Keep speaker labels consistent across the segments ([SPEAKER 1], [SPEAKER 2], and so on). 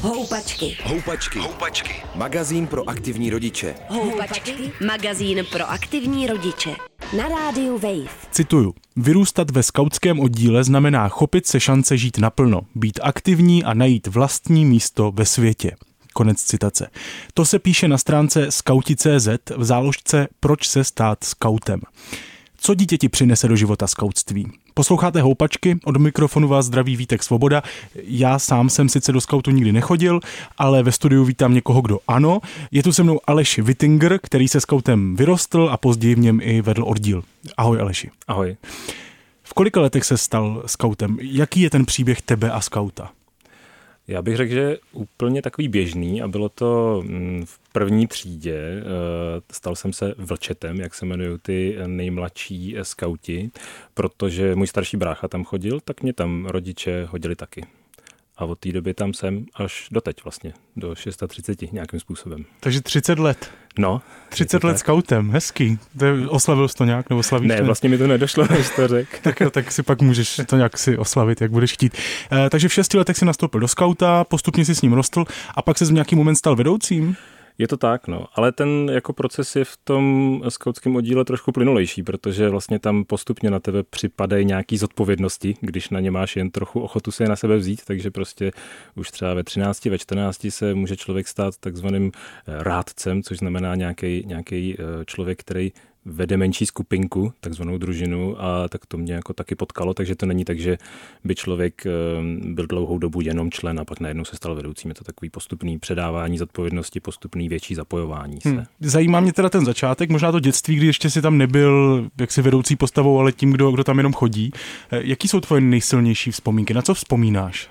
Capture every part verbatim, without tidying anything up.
[SPEAKER 1] Houpačky.
[SPEAKER 2] Houpačky. Houpačky. Magazín pro aktivní rodiče.
[SPEAKER 1] Houpačky. Magazín pro aktivní rodiče. Na rádiu Wave.
[SPEAKER 3] Cituju. Vyrůstat ve skautském oddíle znamená chopit se šance žít naplno, být aktivní a najít vlastní místo ve světě. Konec citace. To se píše na stránce skauti tečka cé zet v záložce Proč se stát skautem. Co dítěti přinese do života skautství? Posloucháte Houpačky, od mikrofonu vás zdraví Vítek Svoboda. Já sám jsem sice do skautu nikdy nechodil, ale ve studiu vítám někoho, kdo ano. Je tu se mnou Aleš Wittinger, který se skautem vyrostl a později v něm i vedl oddíl. Ahoj Aleši.
[SPEAKER 4] Ahoj.
[SPEAKER 3] V kolika letech se stal skautem? Jaký je ten příběh tebe a skauta?
[SPEAKER 4] Já bych řekl, že úplně takový běžný a bylo to v první třídě. Stal jsem se vlčetem, jak se jmenují ty nejmladší skauti, protože můj starší brácha tam chodil, tak mě tam rodiče hodili taky. A od té doby tam jsem až doteď vlastně, do třicet šest nějakým způsobem.
[SPEAKER 3] Takže třicet let.
[SPEAKER 4] No.
[SPEAKER 3] třicet let skautem, hezký. Oslavil jsi to nějak, nebo slavíš?
[SPEAKER 4] Ne, vlastně mi to nedošlo, než to řek.
[SPEAKER 3] tak, tak si pak můžeš to nějak si oslavit, jak budeš chtít. E, takže v šesti letech si nastoupil do skauta, postupně si s ním rostl a pak se v nějaký moment stal vedoucím?
[SPEAKER 4] Je to tak, no. Ale ten jako proces je v tom skautském oddíle trošku plynulejší, protože vlastně tam postupně na tebe připadají nějaký zodpovědnosti, když na ně máš jen trochu ochotu se je na sebe vzít, takže prostě už třeba ve třinácti, ve čtrnácti se může člověk stát takzvaným rádcem, což znamená nějaký nějaký člověk, který vede menší skupinku, takzvanou družinu, a tak to mě jako taky potkalo, takže to není tak, že by člověk byl dlouhou dobu jenom člen a pak najednou se stal vedoucím. Je to takový postupný předávání zodpovědnosti, postupný větší zapojování se. Hmm.
[SPEAKER 3] Zajímá mě teda ten začátek, možná to dětství, kdy ještě si tam nebyl jaksi vedoucí postavou, ale tím, kdo, kdo tam jenom chodí. Jaký jsou tvoje nejsilnější vzpomínky? Na co vzpomínáš?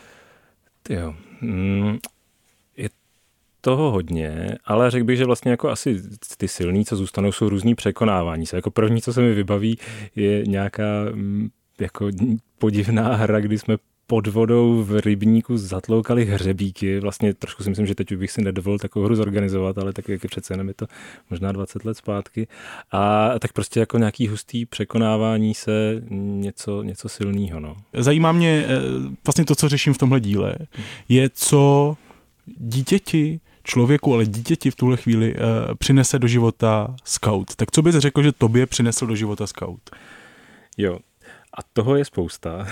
[SPEAKER 4] Jo. Hmm. Toho hodně, ale řekl bych, že vlastně jako asi ty silný, co zůstanou, jsou různý překonávání se. Jako první, co se mi vybaví, je nějaká jako podivná hra, kdy jsme pod vodou v rybníku zatloukali hřebíky. Vlastně trošku si myslím, že teď bych si nedovolil takovou hru zorganizovat, ale tak jak je přece jenom je to možná dvacet let zpátky. A tak prostě jako nějaký hustý překonávání se, něco, něco silného. No.
[SPEAKER 3] Zajímá mě vlastně to, co řeším v tomhle díle, je co dítěti, člověku, ale dítěti v tuhle chvíli uh, přinese do života skaut. Tak co bys řekl, že tobě přinesl do života skaut?
[SPEAKER 4] Jo, a toho je spousta.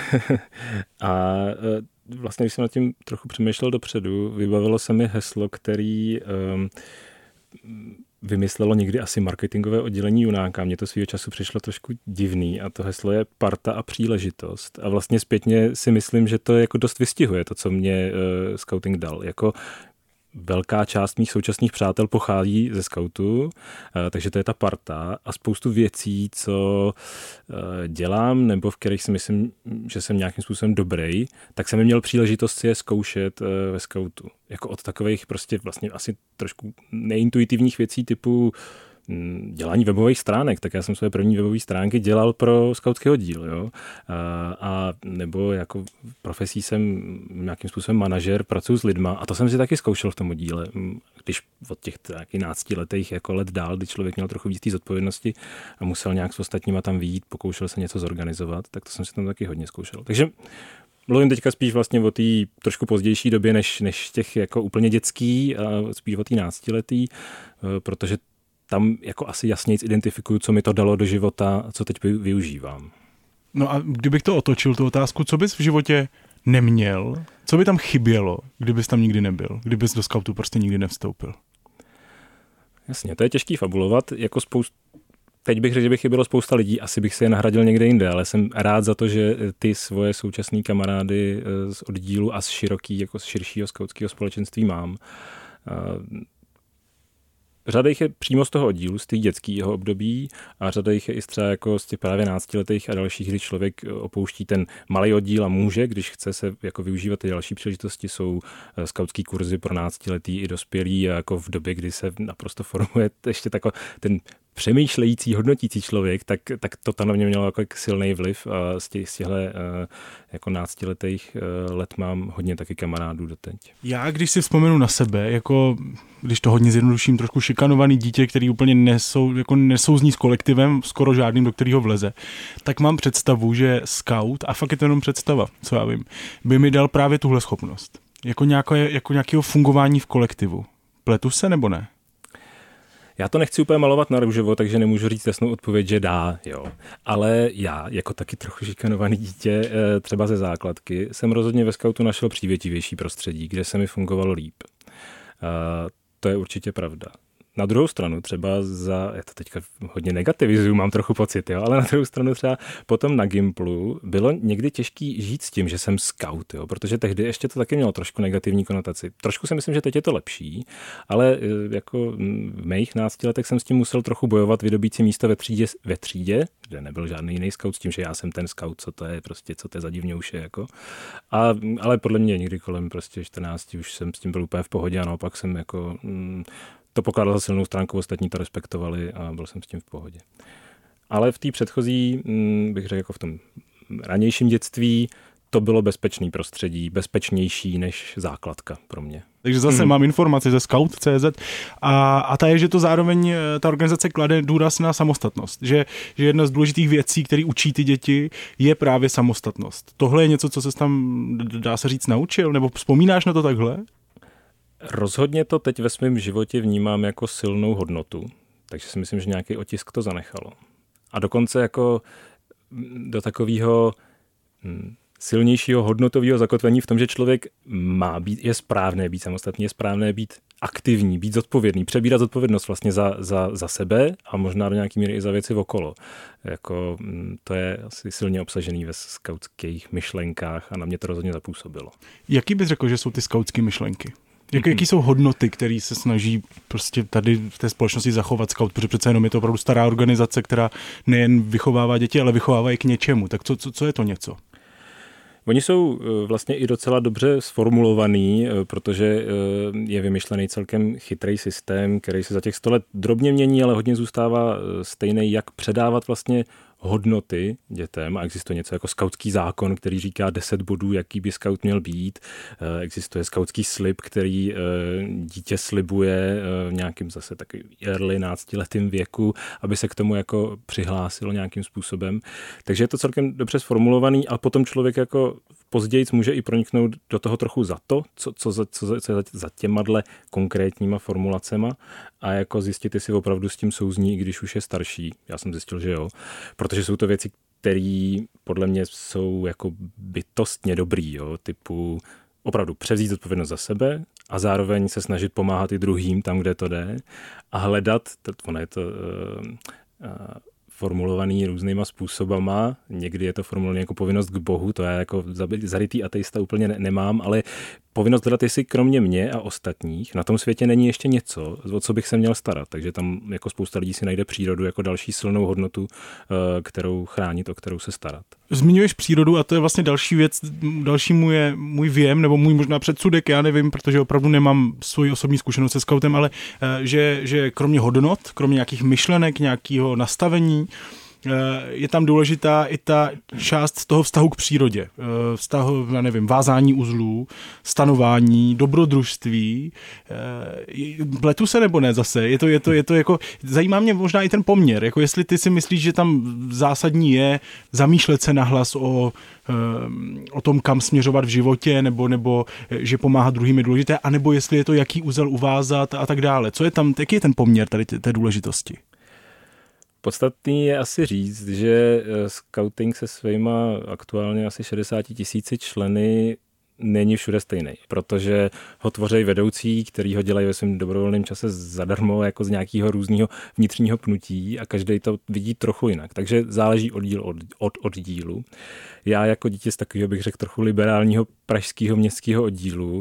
[SPEAKER 4] a uh, vlastně, když jsem nad tím trochu přemýšlel dopředu, vybavilo se mi heslo, který um, vymyslelo někdy asi marketingové oddělení Junáka. Mně to svýho času přišlo trošku divný a to heslo je parta a příležitost. A vlastně zpětně si myslím, že to jako dost vystihuje to, co mě uh, skauting dal. Jako velká část mých současných přátel pochází ze skautu, takže to je ta parta a spoustu věcí, co dělám nebo v kterých si myslím, že jsem nějakým způsobem dobrý, tak jsem měl příležitost si je zkoušet ve skautu. Jako od takových prostě vlastně asi trošku neintuitivních věcí typu dělání webových stránek, tak já jsem své první webové stránky dělal pro skautský oddíl, jo. A, a nebo jako profesí jsem nějakým způsobem manažer, pracuji s lidma a to jsem si taky zkoušel v tom oddíle. Když od těch nácti letech jako let dál, kdy člověk měl trochu víc té zodpovědnosti a musel nějak s ostatníma tam vyjít, pokoušel se něco zorganizovat, tak to jsem si tam taky hodně zkoušel. Takže mluvím teďka spíš vlastně o té trošku pozdější době, než, než těch jako úplně dětský a spíš o té náctiletý, protože tam jako asi jasněji identifikuju, co mi to dalo do života a co teď využívám.
[SPEAKER 3] No a kdybych to otočil, tu otázku, co bys v životě neměl, co by tam chybělo, kdybys tam nikdy nebyl, kdybys do skautu prostě nikdy nevstoupil?
[SPEAKER 4] Jasně, to je těžký fabulovat, jako spoustu. Teď bych řekl, že by chybělo spousta lidí, asi bych si je nahradil někde jinde, ale jsem rád za to, že ty svoje současné kamarády z oddílu a z široký, jako z širšího skautského společenství mám. Řada jich je přímo z toho oddílu, z těch dětského období a řada jich je i třeba jako z těch právě náctiletých a dalších, kdy člověk opouští ten malý oddíl a může, když chce se jako využívat ty další příležitosti, jsou skautský kurzy pro náctiletý i dospělí a jako v době, kdy se naprosto formuje ještě tako ten přemýšlející, hodnotící člověk, tak, tak to tam na mě mělo jako silný vliv a z těch, z těchto jako náctiletých let mám hodně taky kamarádů doteď.
[SPEAKER 3] Já, když si vzpomenu na sebe, jako když to hodně zjednoduším, trošku šikanovaný dítě, který úplně nesou, jako nesouzní s kolektivem, skoro žádným, do kterého vleze, tak mám představu, že scout, a fakt je to jenom představa, co já vím, by mi dal právě tuhle schopnost. Jako, nějaké, jako nějakého fungování v kolektivu. Pletu se nebo ne?
[SPEAKER 4] Já to nechci úplně malovat na růžovo, takže nemůžu říct jasnou odpověď, že dá, jo. Ale já, jako taky trochu šikanovaný dítě, třeba ze základky, jsem rozhodně ve skautu našel přívětivější prostředí, kde se mi fungovalo líp. To je určitě pravda. Na druhou stranu třeba za, já to teďka hodně negativizuju, mám trochu pocit, jo, ale na druhou stranu třeba potom na Gimplu bylo někdy těžký žít s tím, že jsem scout, jo, protože tehdy ještě to taky mělo trošku negativní konotaci. Trošku si myslím, že teď je to lepší, ale jako v mých nácti letech jsem s tím musel trochu bojovat, vydobít si místo ve třídě, ve třídě, kde nebyl žádný jiný scout, s tím, že já jsem ten scout, co to je, prostě, co to je za divňouše, jako. A, ale podle mě někdy kolem prostě čtrnácti už jsem s tím byl úplně v pohodě a naopak jsem jako mm, to pokládal za silnou stránku, ostatní to respektovali a byl jsem s tím v pohodě. Ale v té předchozí, bych řekl jako v tom ranějším dětství, to bylo bezpečný prostředí, bezpečnější než základka pro mě.
[SPEAKER 3] Takže zase hmm. mám informaci ze scout tečka cé zet a, a ta je, že to zároveň ta organizace klade důraz na samostatnost. Že, že jedna z důležitých věcí, které učí ty děti, je právě samostatnost. Tohle je něco, co se tam, dá se říct, naučil? Nebo vzpomínáš na to takhle?
[SPEAKER 4] Rozhodně to teď ve svém životě vnímám jako silnou hodnotu, takže si myslím, že nějaký otisk to zanechalo. A dokonce jako do takového silnějšího hodnotového zakotvení v tom, že člověk má být, je správné být samostatný, je správné být aktivní, být zodpovědný, přebírat zodpovědnost vlastně za, za, za sebe a možná do nějaký míry i za věci okolo. Jako, to je asi silně obsažený ve skautských myšlenkách a na mě to rozhodně zapůsobilo.
[SPEAKER 3] Jaký bys řekl, že jsou ty skautské myšlenky? Jak, jaký jsou hodnoty, které se snaží prostě tady v té společnosti zachovat scout, protože přece jenom je to opravdu stará organizace, která nejen vychovává děti, ale vychovává i k něčemu. Tak co, co, co je to něco?
[SPEAKER 4] Oni jsou vlastně i docela dobře sformulovaný, protože je vymyšlený celkem chytrý systém, který se za těch sto let drobně mění, ale hodně zůstává stejný, jak předávat vlastně hodnoty dětem. A existuje něco jako skautský zákon, který říká deset bodů, jaký by skaut měl být. Existuje skautský slib, který dítě slibuje v nějakým zase takovým early náctiletým věku, aby se k tomu jako přihlásilo nějakým způsobem. Takže je to celkem dobře sformulovaný a potom člověk jako později může i proniknout do toho trochu za to, co, co, za, co, co za těmadle konkrétníma formulacema a jako zjistit, jestli opravdu s tím souzní, i když už je starší. Já jsem zjistil, že jo. Protože jsou to věci, které podle mě jsou jako bytostně dobrý, jo, typu opravdu převzít odpovědnost za sebe a zároveň se snažit pomáhat i druhým tam, kde to jde a hledat, ono je to uh, uh, formulovaný různýma způsobama, někdy je to formulovaný jako povinnost k Bohu, to já jako zarytý ateista úplně ne- nemám, ale povinnost hledat, jestli kromě mě a ostatních na tom světě není ještě něco, o co bych se měl starat. Takže tam jako spousta lidí si najde přírodu jako další silnou hodnotu, kterou chránit, o kterou se starat.
[SPEAKER 3] Zmiňuješ přírodu a to je vlastně další věc, další můj, je, můj věm, nebo můj možná předsudek, já nevím, protože opravdu nemám svoji osobní zkušenost se skautem, ale že, že kromě hodnot, kromě nějakých myšlenek, nějakého nastavení, je tam důležitá i ta část toho vztahu k přírodě. Vztahu, já nevím, vázání uzlů, stanování, dobrodružství. Pletu se nebo ne zase? Je to, je to, je to jako, zajímá mě možná i ten poměr. Jako jestli ty si myslíš, že tam zásadní je zamýšlet se nahlas o, o tom, kam směřovat v životě, nebo, nebo že pomáhat druhým je důležité, anebo jestli je to, jaký úzel uvázat a tak dále. Co je tam, jaký je ten poměr tady té důležitosti?
[SPEAKER 4] Podstatný je asi říct, že skauting se svýma aktuálně asi šedesáti tisíci členy není všude stejný, protože ho tvoří vedoucí, který ho dělají ve svém dobrovolném čase zadarmo, jako z nějakého různého vnitřního pnutí a každý to vidí trochu jinak. Takže záleží oddíl od, od oddílu. Já jako dítě z takového, bych řekl, trochu liberálního pražského městského oddílu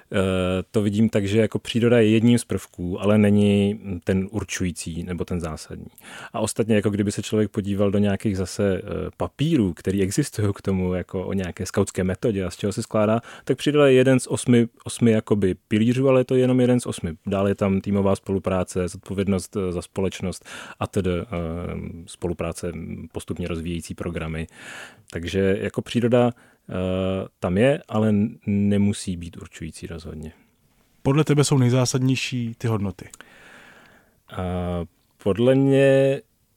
[SPEAKER 4] to vidím tak, že jako příroda je jedním z prvků, ale není ten určující nebo ten zásadní. A ostatně, jako kdyby se člověk podíval do nějakých zase papírů, který existují k tomu, jako o nějaké skautské metodě a z čeho se skládá, tak příroda je jeden z osmi, osmi jakoby pilířů, ale je to jenom jeden z osmi. Dále je tam týmová spolupráce, zodpovědnost za společnost a tedy spolupráce, postupně rozvíjející programy. Takže jako příroda tam je, ale nemusí být určující rozhodně.
[SPEAKER 3] Podle tebe jsou nejzásadnější ty hodnoty?
[SPEAKER 4] A podle mě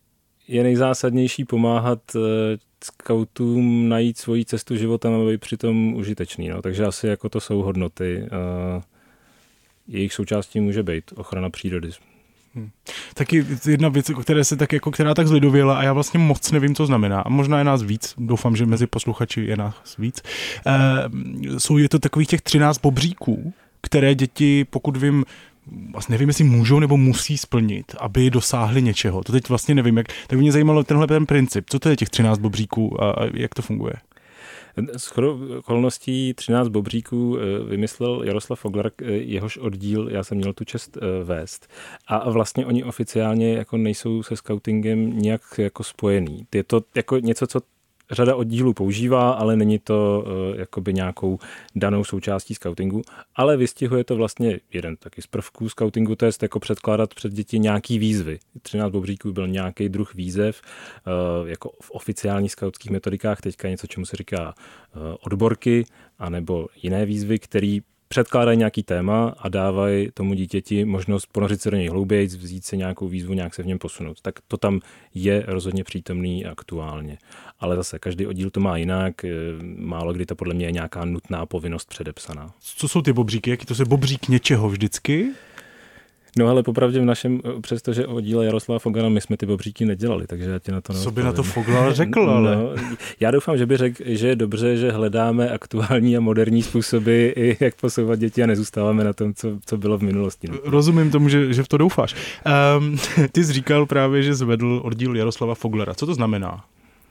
[SPEAKER 4] je nejzásadnější pomáhat skautům najít svoji cestu životem a být přitom užitečný. No. Takže asi jako to jsou hodnoty. Jejich součástí může být ochrana přírody.
[SPEAKER 3] Hmm. Taky jedna věc, které se tak jako, která tak zlidověla a já vlastně moc nevím, co znamená. A možná je nás víc, doufám, že mezi posluchači je nás víc. E, jsou je to takových těch třináct bobříků, které děti, pokud vím, vlastně nevím, jestli můžou nebo musí splnit, aby dosáhli něčeho. To teď vlastně nevím, jak, tak mě zajímalo tenhle ten princip. Co to je těch třináct bobříků a, a jak to funguje?
[SPEAKER 4] Shodou okolností třináct bobříků vymyslel Jaroslav Foglar, jehož oddíl já jsem měl tu čest vést. A vlastně oni oficiálně jako nejsou se skautingem nějak jako spojený. Je to jako něco, co řada oddílů používá, ale není to uh, jakoby nějakou danou součástí skautingu, ale vystihuje to vlastně jeden taky z prvků skautingu, to je jako předkládat před děti nějaký výzvy. třináct bobříků byl nějaký druh výzev, uh, jako v oficiálních skautských metodikách teďka něco, čemu se říká uh, odborky, anebo jiné výzvy, které předkládají nějaký téma a dávají tomu dítěti možnost ponořit se do něj hlouběji, vzít si nějakou výzvu, nějak se v něm posunout. Tak to tam je rozhodně přítomný aktuálně. Ale zase každý oddíl to má jinak, málo kdy to podle mě je nějaká nutná povinnost předepsaná.
[SPEAKER 3] Co jsou ty bobříky? Jaký to se bobřík něčeho vždycky?
[SPEAKER 4] No ale popravdě v našem, přestože o díle Jaroslava Foglara my jsme ty bobříky nedělali, takže já ti na to neodpovím.
[SPEAKER 3] Co by na to Foglar řekl, ale?
[SPEAKER 4] No, já doufám, že by řekl, že je dobře, že hledáme aktuální a moderní způsoby, jak posouvat děti a nezůstáváme na tom, co, co bylo v minulosti.
[SPEAKER 3] Rozumím tomu, že, že v to doufáš. Um, ty jsi říkal právě, že zvedl oddíl Jaroslava Foglara. Co to znamená? Uh,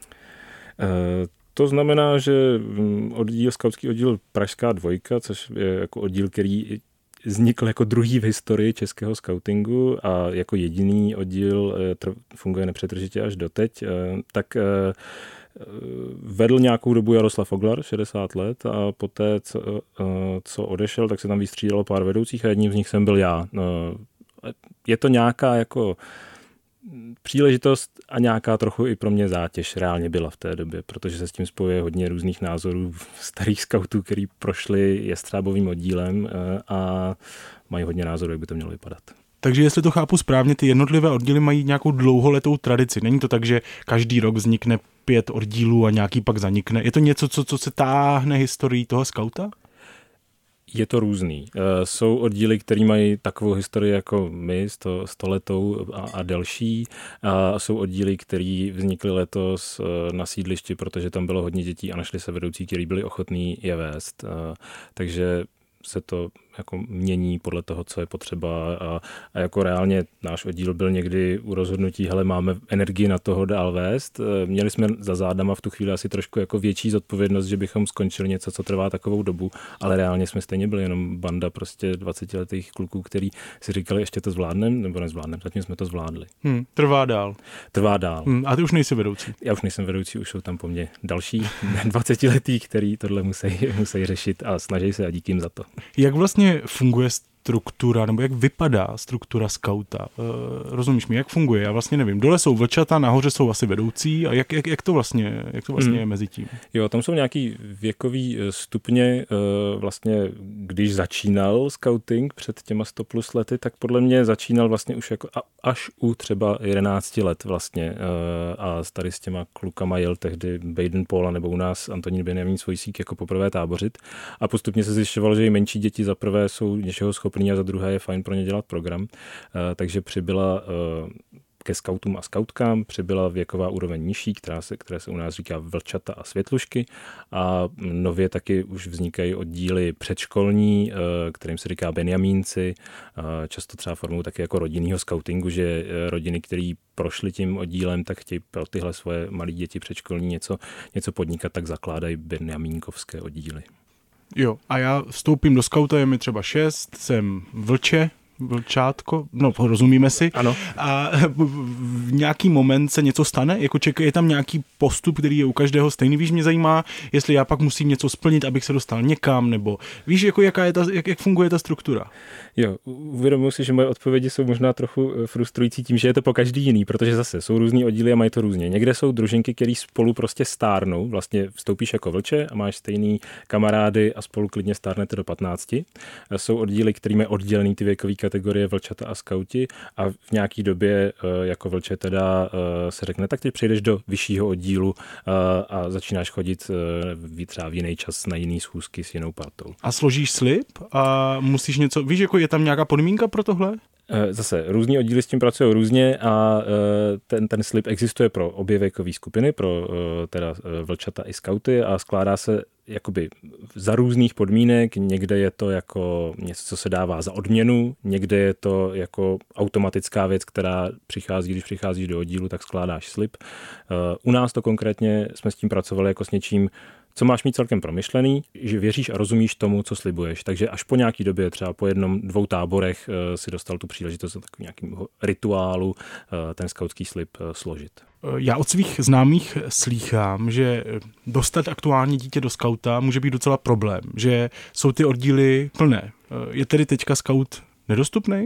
[SPEAKER 4] To znamená, že oddíl, skautský oddíl Pražská dvojka, což je jako oddíl, který vznikl jako druhý v historii českého skautingu a jako jediný oddíl funguje nepřetržitě až doteď, tak vedl nějakou dobu Jaroslav Foglar, šedesát let, a poté, co, co odešel, tak se tam vystřídalo pár vedoucích a jedním z nich jsem byl já. Je to nějaká jako příležitost a nějaká trochu i pro mě zátěž reálně byla v té době, protože se s tím spojuje hodně různých názorů starých skautů, který prošli jestřábovým oddílem a mají hodně názorů, jak by to mělo vypadat.
[SPEAKER 3] Takže jestli to chápu správně, ty jednotlivé oddíly mají nějakou dlouholetou tradici. Není to tak, že každý rok vznikne pět oddílů a nějaký pak zanikne. Je to něco, co, co se táhne historií toho skauta?
[SPEAKER 4] Je to různý. Jsou oddíly, které mají takovou historii jako my, sto, stoletou a, a delší. A jsou oddíly, které vznikly letos na sídlišti, protože tam bylo hodně dětí a našli se vedoucí, kteří byli ochotní je vést. Takže se to jako mění podle toho, co je potřeba a, a jako reálně náš oddíl byl někdy u rozhodnutí, hele, máme energii na toho dál vést. Měli jsme za zádama v tu chvíli asi trošku jako větší zodpovědnost, že bychom skončili něco, co trvá takovou dobu, ale reálně jsme stejně byli jenom banda prostě dvacetiletých kluků, který si říkali, ještě to zvládnem, nebo nezvládnem, zatím jsme to zvládli.
[SPEAKER 3] Hmm, trvá dál.
[SPEAKER 4] Trvá dál.
[SPEAKER 3] Hmm, a ty už nejsi vedoucí.
[SPEAKER 4] Já už nejsem vedoucí, už jsou tam po mně další dvacetiletí, který tohle musí, musí řešit a snaží se a díky jim za to.
[SPEAKER 3] Jak vlastně funguje struktura, nebo jak vypadá struktura skauta? E, rozumíš mi, jak funguje? Já vlastně nevím. Dole jsou vlčata, nahoře jsou asi vedoucí a jak, jak, jak to vlastně, jak to vlastně hmm. je mezi tím?
[SPEAKER 4] Jo, tam jsou nějaký věkový stupně. Vlastně, když začínal skauting před těma sto plus lety, tak podle mě začínal vlastně už jako až u třeba jedenácti let vlastně. A tady s těma klukama jel tehdy Baden Paula nebo u nás Antonín Benjamin Svojsík jako poprvé tábořit. A postupně se zjišťovalo, že i menší děti za prvé jsou něčeho schopný a za druhé je fajn pro ně dělat program. Takže přibyla ke skautům a skautkám přibyla věková úroveň nižší, která se, které se u nás říká vlčata a světlušky, a nově taky už vznikají oddíly předškolní, kterým se říká benjamínci, často třeba formou taky jako rodinného skautingu, že rodiny, které prošly tím oddílem, tak chtějí pro tyhle svoje malé děti předškolní něco, něco podnikat, tak zakládají benjamínkovské oddíly.
[SPEAKER 3] Jo, a já vstoupím do skauta, je mi třeba šest, jsem vlče, vlčátko, no rozumíme si.
[SPEAKER 4] Ano.
[SPEAKER 3] A v nějaký moment se něco stane? Jako čeká, je tam nějaký postup, který je u každého stejný? Víš, mě zajímá, jestli já pak musím něco splnit, abych se dostal někam, nebo víš, jako jaká je ta, jak, jak funguje ta struktura?
[SPEAKER 4] Jo, uvědomuji si, že moje odpovědi jsou možná trochu frustrující tím, že je to po každý jiný, protože zase jsou různý oddíly a mají to různě. Někde jsou družinky, které spolu prostě stárnou, vlastně vstoupíš jako vlče a máš stejný kamarády a spolu klidně stárnete do patnácti. Jsou oddíly, které mají oddělený ty věkové kategorie vlčata a skauti a v nějaký době jako vlče teda se řekne, tak teď přejdeš do vyššího oddílu a začínáš chodit třeba v jiný čas na jiný schůzky s jinou partou.
[SPEAKER 3] A složíš slib a musíš něco, víš, jako je tam nějaká podmínka pro tohle?
[SPEAKER 4] Zase různý oddíly s tím pracují různě a ten, ten slib existuje pro obě věkové skupiny, pro teda vlčata i skauty a skládá se jakoby za různých podmínek. Někde je to jako něco, co se dává za odměnu, někde je to jako automatická věc, která přichází, když přicházíš do oddílu, tak skládáš slib. U nás to konkrétně jsme s tím pracovali jako s něčím, co máš mít celkem promyšlený, že věříš a rozumíš tomu, co slibuješ. Takže až po nějaký době, třeba po jednom, dvou táborech, si dostal tu příležitost takovým nějakým rituálu ten skautský slib složit.
[SPEAKER 3] Já od svých známých slýchám, že dostat aktuální dítě do skauta může být docela problém, že jsou ty oddíly plné. Je tedy teďka skaut nedostupný?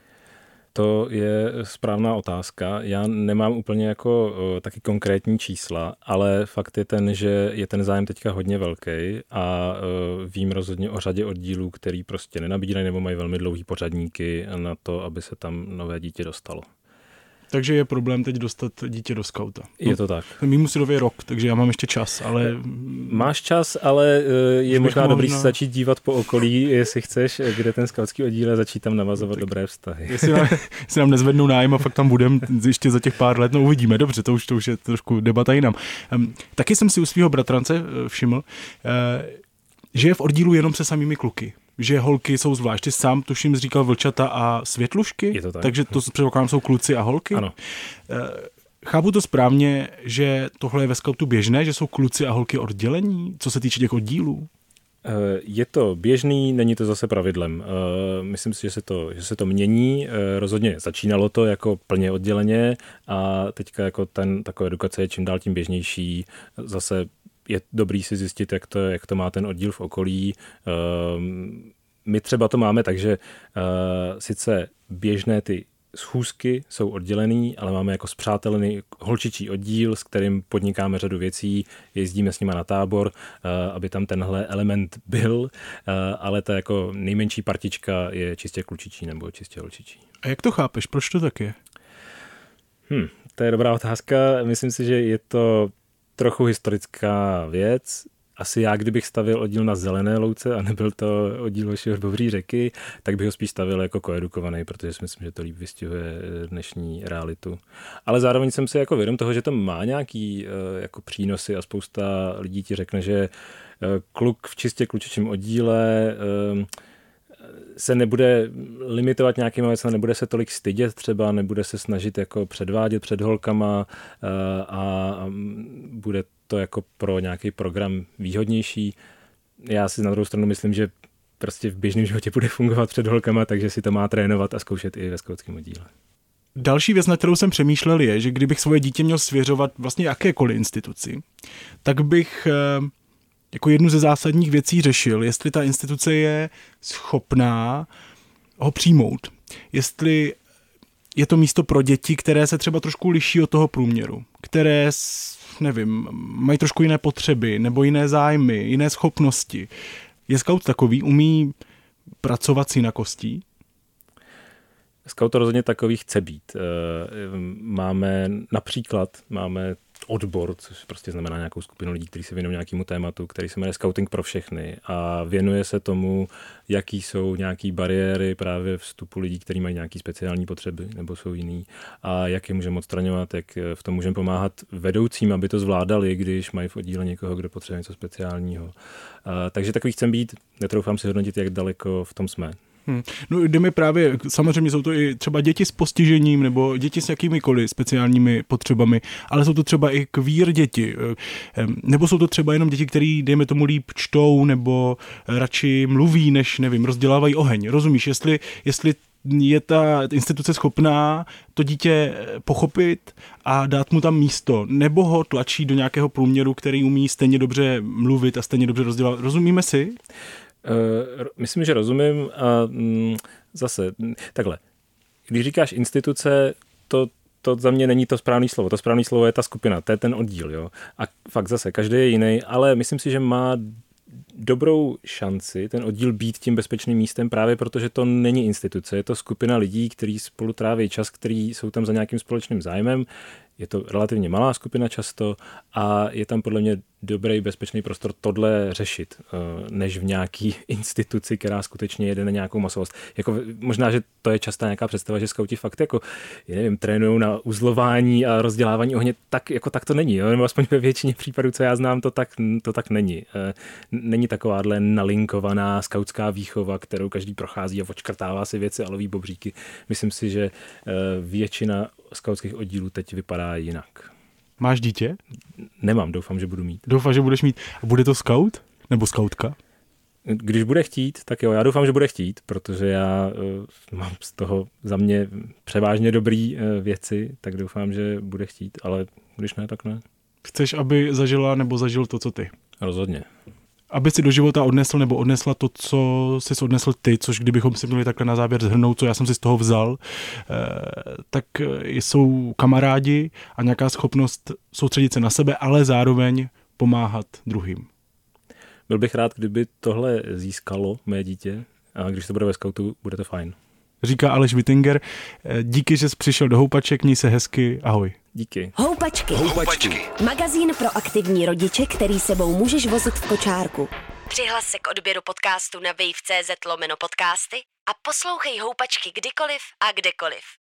[SPEAKER 4] To je správná otázka. Já nemám úplně jako o, taky konkrétní čísla, ale fakt je ten, že je ten zájem teďka hodně velký a o, vím rozhodně o řadě oddílů, který prostě nenabírají nebo mají velmi dlouhý pořadníky na to, aby se tam nové dítě dostalo.
[SPEAKER 3] Takže je problém teď dostat dítě do skauta.
[SPEAKER 4] Je to tak.
[SPEAKER 3] Mým synově rok, takže já mám ještě čas, ale...
[SPEAKER 4] Máš čas, ale je možná dobrý se začít dívat po okolí, jestli chceš, kde ten skautský oddíl, začít tam navazovat dobré vztahy.
[SPEAKER 3] Jestli nám, jestli nám nezvednou nájem a fakt tam budem ještě za těch pár let, no uvidíme, dobře, to už, to už je trošku debata jinam. Um, taky jsem si u svého bratrance všiml, uh, že je v oddílu jenom se samými kluky. Že holky jsou zvlášť. Ty sám, tuším, říkal vlčata a světlušky,
[SPEAKER 4] je to tak.
[SPEAKER 3] Takže to předpokládám jsou kluci a holky.
[SPEAKER 4] Ano.
[SPEAKER 3] Chápu to správně, že tohle je ve skautu běžné, že jsou kluci a holky oddělení, co se týče těch oddílů?
[SPEAKER 4] Je to běžný, není to zase pravidlem. Myslím si, že se to, že se to mění. Rozhodně začínalo to jako plně odděleně a teďka jako ten, taková edukace je čím dál tím běžnější. Zase je dobrý si zjistit, jak to, jak to má ten oddíl v okolí. My třeba to máme tak, že sice běžné ty schůzky jsou oddělený, ale máme jako spřátelený holčičí oddíl, s kterým podnikáme řadu věcí, jezdíme s nima na tábor, aby tam tenhle element byl, ale ta jako nejmenší partička je čistě klučičí nebo čistě holčičí.
[SPEAKER 3] A jak to chápeš? Proč to tak je?
[SPEAKER 4] Hm, to je dobrá otázka. Myslím si, že je to trochu historická věc. Asi já, kdybych stavil oddíl na zelené louce a nebyl to oddíl vašeho Hrbovří řeky, tak bych ho spíš stavil jako koedukovaný, protože si myslím, že to líp vystihuje dnešní realitu. Ale zároveň jsem si jako vědom toho, že to má nějaký jako přínosy a spousta lidí ti řekne, že kluk v čistě klučičím oddíle se nebude limitovat nějakýma věcmi, nebude se tolik stydět třeba, nebude se snažit jako předvádět před holkama a bude to jako pro nějaký program výhodnější. Já si na druhou stranu myslím, že prostě v běžném životě bude fungovat před holkama, takže si to má trénovat a zkoušet i ve skautském oddíle.
[SPEAKER 3] Další věc, na kterou jsem přemýšlel, je, že kdybych svoje dítě měl svěřovat vlastně jakékoliv instituci, tak bych jako jednu ze zásadních věcí řešil, jestli ta instituce je schopná ho přijmout. Jestli je to místo pro děti, které se třeba trošku liší od toho průměru, které, nevím, mají trošku jiné potřeby nebo jiné zájmy, jiné schopnosti. Je skaut takový, umí pracovat s jinakostí?
[SPEAKER 4] Skaut to rozhodně takový chce být. Máme například, máme odbor, což prostě znamená nějakou skupinu lidí, kteří se věnují nějakému tématu, který se jmenuje Scouting pro všechny a věnuje se tomu, jaký jsou nějaké bariéry právě vstupu lidí, kteří mají nějaké speciální potřeby nebo jsou jiný a jak je můžeme odstraňovat, jak v tom můžeme pomáhat vedoucím, aby to zvládali, když mají v oddíle někoho, kdo potřebuje něco speciálního. A, takže takový chcem být, netroufám si hodnotit, jak daleko v tom jsme.
[SPEAKER 3] Hmm. No jde mi právě, samozřejmě jsou to i třeba děti s postižením nebo děti s jakýmikoliv speciálními potřebami, ale jsou to třeba i queer děti, nebo jsou to třeba jenom děti, který, dejme tomu, líp čtou nebo radši mluví, než, nevím, rozdělávají oheň. Rozumíš, jestli, jestli je ta instituce schopná to dítě pochopit a dát mu tam místo, nebo ho tlačí do nějakého průměru, který umí stejně dobře mluvit a stejně dobře rozdělávat. Rozumíme si?
[SPEAKER 4] Uh, myslím, že rozumím a mm, zase takhle. Když říkáš instituce, to, to za mě není to správné slovo. To správné slovo je ta skupina, to je ten oddíl. Jo? A fakt zase, každý je jiný, ale myslím si, že má dobrou šanci ten oddíl být tím bezpečným místem právě protože to není instituce, je to skupina lidí, kteří spolu tráví čas, kteří jsou tam za nějakým společným zájmem. Je to relativně malá skupina často a je tam podle mě dobrý bezpečný prostor tohle řešit, než v nějaký instituci, která skutečně jede na nějakou masovost. Jako, možná, že to je častá nějaká představa, že skauti fakt jako, nevím, trénují na uzlování a rozdělávání ohně, tak, jako, tak to není. Jo? Nebo aspoň ve většině případů, co já znám, to tak, to tak není. Není takováhle nalinkovaná skautská výchova, kterou každý prochází a odškrtává si věci a loví bobříky. Myslím si, že většina skautských oddílů teď vypadá jinak.
[SPEAKER 3] Máš dítě?
[SPEAKER 4] Nemám, doufám, že budu mít.
[SPEAKER 3] Doufám, že budeš mít. Bude to skaut? Nebo skautka?
[SPEAKER 4] Když bude chtít, tak jo, já doufám, že bude chtít, protože já uh, mám z toho za mě převážně dobrý uh, věci, tak doufám, že bude chtít, ale když ne, tak ne.
[SPEAKER 3] Chceš, aby zažila nebo zažil to, co ty?
[SPEAKER 4] Rozhodně. Aby
[SPEAKER 3] si do života odnesl nebo odnesla to, co jsi odnesl ty, což kdybychom si měli takhle na závěr shrnout, co já jsem si z toho vzal, eh, tak jsou kamarádi a nějaká schopnost soustředit se na sebe, ale zároveň pomáhat druhým.
[SPEAKER 4] Byl bych rád, kdyby tohle získalo mé dítě a když to bude ve skautu, bude to fajn.
[SPEAKER 3] Říká Aleš Wittinger. Díky, že jsi přišel do Houpaček, měj se hezky, ahoj.
[SPEAKER 4] Díky.
[SPEAKER 1] Houpačky.
[SPEAKER 2] Houpačky.
[SPEAKER 1] Magazín pro aktivní rodiče, který sebou můžeš vozit v kočárku. Přihlas se k odběru podcastu na wave tečka cz lomeno podcasty a poslouchej Houpačky kdykoliv a kdekoliv.